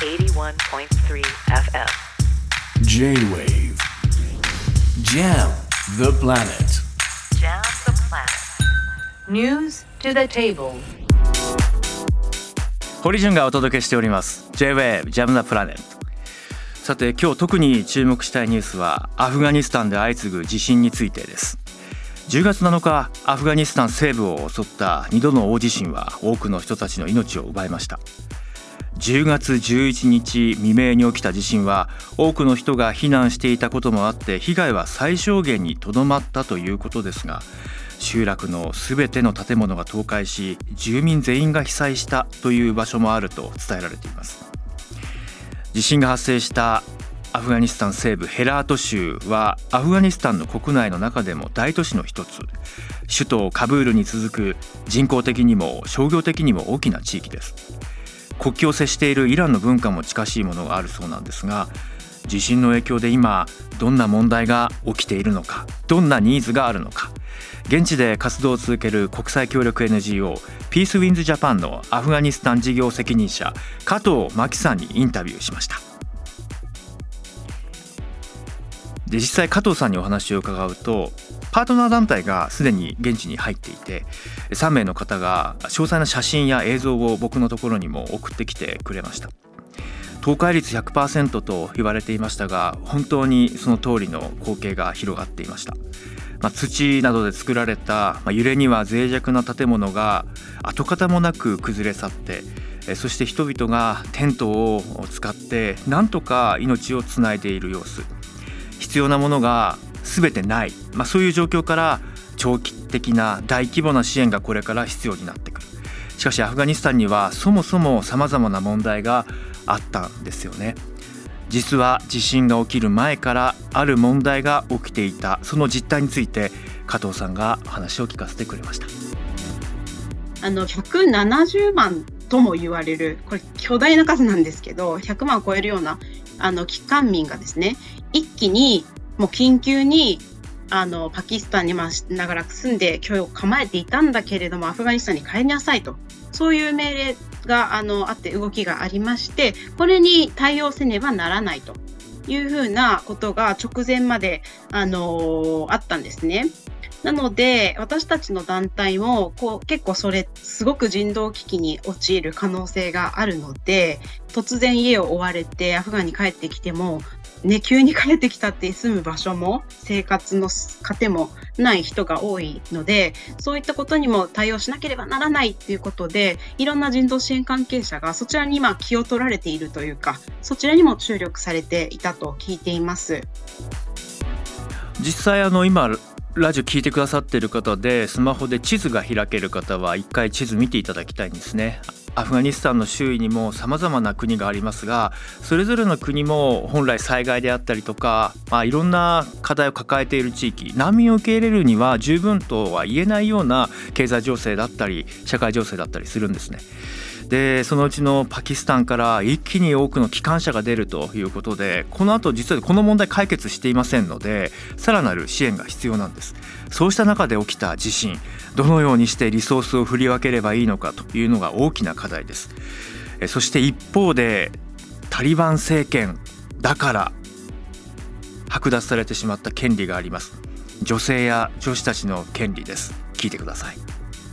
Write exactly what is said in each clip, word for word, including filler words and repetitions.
eighty-one point three エフエム J-Wave Jam the planet Jam the planet News to the table 堀潤がお届けしております J-Wave Jam the planet。 さて今日特に注目したいニュースはアフガニスタンで相次ぐ地震についてです。じゅうがつなのかアフガニスタン西部を襲ったにどの大地震は多くの人たちの命を奪いました。じゅうがつじゅういちにち未明に起きた地震は多くの人が避難していたこともあって被害は最小限にとどまったということですが、集落のすべての建物が倒壊し住民全員が被災したという場所もあると伝えられています。地震が発生したアフガニスタン西部ヘラート州はアフガニスタンの国内の中でも大都市の一つ、首都カブールに続く人口的にも商業的にも大きな地域です。国境を接しているイランの文化も近しいものがあるそうなんですが、地震の影響で今どんな問題が起きているのか、どんなニーズがあるのか、現地で活動を続ける国際協力 エヌジーオー ピースウィンズジャパンのアフガニスタン事業責任者加藤真希さんにインタビューしました。で実際加藤さんにお話を伺うと、パートナー団体がすでに現地に入っていて、さんめいの方が詳細な写真や映像を僕のところにも送ってきてくれました。倒壊率 ひゃくパーセント と言われていましたが、本当にその通りの光景が広がっていました。まあ、土などで作られた、まあ、揺れには脆弱な建物が跡形もなく崩れ去って、えそして人々がテントを使ってなんとか命をつないでいる様子、必要なものが全てない、まあ、そういう状況から長期的な大規模な支援がこれから必要になってくる。しかしアフガニスタンにはそもそもさまざまな問題があったんですよね。実は地震が起きる前からある問題が起きていた、その実態について加藤さんが話を聞かせてくれました。 あのひゃくななじゅうまんとも言われる、これ巨大な数なんですけど、ひゃくまんを超えるようなあの帰還民がですね、一気にもう緊急にあのパキスタンに長らく住んで居を構えていたんだけれども、アフガニスタンに帰りなさいと、そういう命令が あ, のあって動きがありまして、これに対応せねばならないというふうなことが直前まで あ, のあったんですね。なので私たちの団体もこう結構それすごく人道危機に陥る可能性があるので、突然家を追われてアフガンに帰ってきてもね、急に帰ってきたって住む場所も生活の糧もない人が多いので、そういったことにも対応しなければならないということで、いろんな人道支援関係者がそちらに今気を取られているというか、そちらにも注力されていたと聞いています。 実際あの今ラジオ聞いてくださっている方でスマホで地図が開ける方は一回地図見ていただきたいんですね。アフガニスタンの周囲にも様々な国がありますが、それぞれの国も本来災害であったりとか、まあ、いろんな課題を抱えている地域、難民を受け入れるには十分とは言えないような経済情勢だったり社会情勢だったりするんですね。でそのうちのパキスタンから一気に多くの帰還者が出るということで、この後実はこの問題解決していませんので、さらなる支援が必要なんです。そうした中で起きた地震、どのようにしてリソースを振り分ければいいのかというのが大きな課題です。えそして一方でタリバン政権だから剥奪されてしまった権利があります。女性や女子たちの権利です。聞いてください。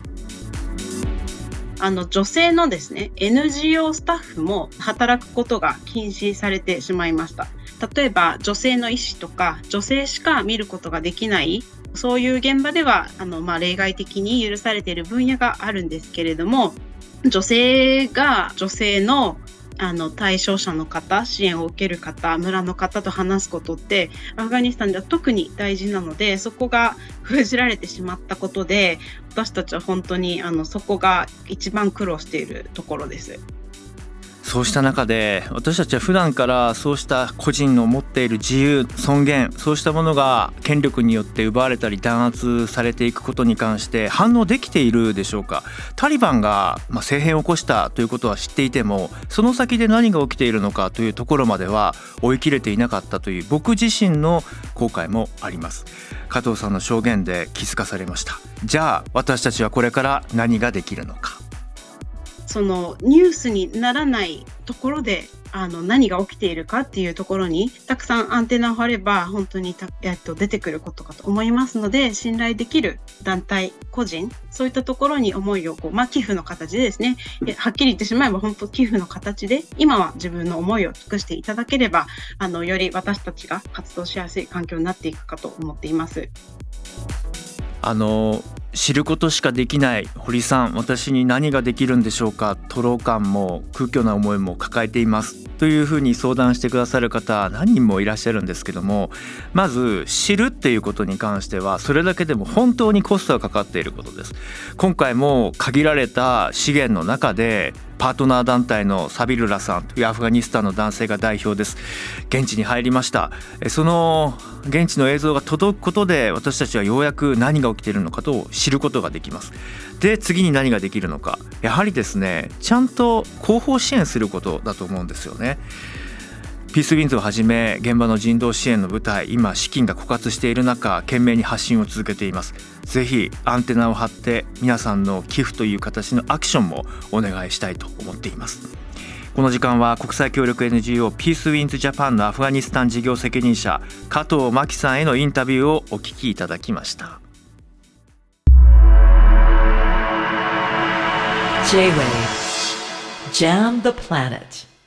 あの女性のですね エヌジーオー スタッフも働くことが禁止されてしまいました。例えば女性の医師とか女性しか見ることができない、そういう現場ではあの、まあ、例外的に許されている分野があるんですけれども、女性が女性のあの対象者の方、支援を受ける方、村の方と話すことってアフガニスタンでは特に大事なので、そこが封じられてしまったことで、私たちは本当にあのそこが一番苦労しているところです。 そうした中で私たちは普段からそうした個人の持っている自由、尊厳、そうしたものが権力によって奪われたり弾圧されていくことに関して反応できているでしょうか。タリバンがまあ政変を起こしたということは知っていても、その先で何が起きているのかというところまでは追い切れていなかったという僕自身の後悔もあります。加藤さんの証言で気づかされました。じゃあ私たちはこれから何ができるのか。 そのニュースにならないところであの何が起きているかっていうところにたくさんアンテナを張れば本当にた、えっと、出てくることかと思いますので、信頼できる団体、個人、そういったところに思いをこう、まあ、寄付の形でですね、はっきり言ってしまえば本当寄付の形で今は自分の思いを尽くしていただければ、あのより私たちが活動しやすい環境になっていくかと思っています。 あの知ることしかできない堀さん、私に何ができるんでしょうか、徒労感も空虚な思いも抱えていますというふうに相談してくださる方何人もいらっしゃるんですけども、まず知るっていうことに関してはそれだけでも本当にコストがかかっていることです。今回も限られた資源の中でパートナー団体のサビルラさんというアフガニスタンの男性が代表です。現地に入りました。その現地の映像が届くことで私たちはようやく何が起きているのかと知ることができます。で、次に何ができるのか、やはりですね、ちゃんと後方支援することだと思うんですよね。ピースウィンズをはじめ現場の人道支援の部隊、今資金が枯渇している中懸命に発信を続けています。ぜひアンテナを張って皆さんの寄付という形のアクションもお願いしたいと思っています。この時間は国際協力 エヌジーオー ピースウィンズジャパンのアフガニスタン事業責任者加藤真希さんへのインタビューをお聞きいただきました。 J-Wave Jam the Planet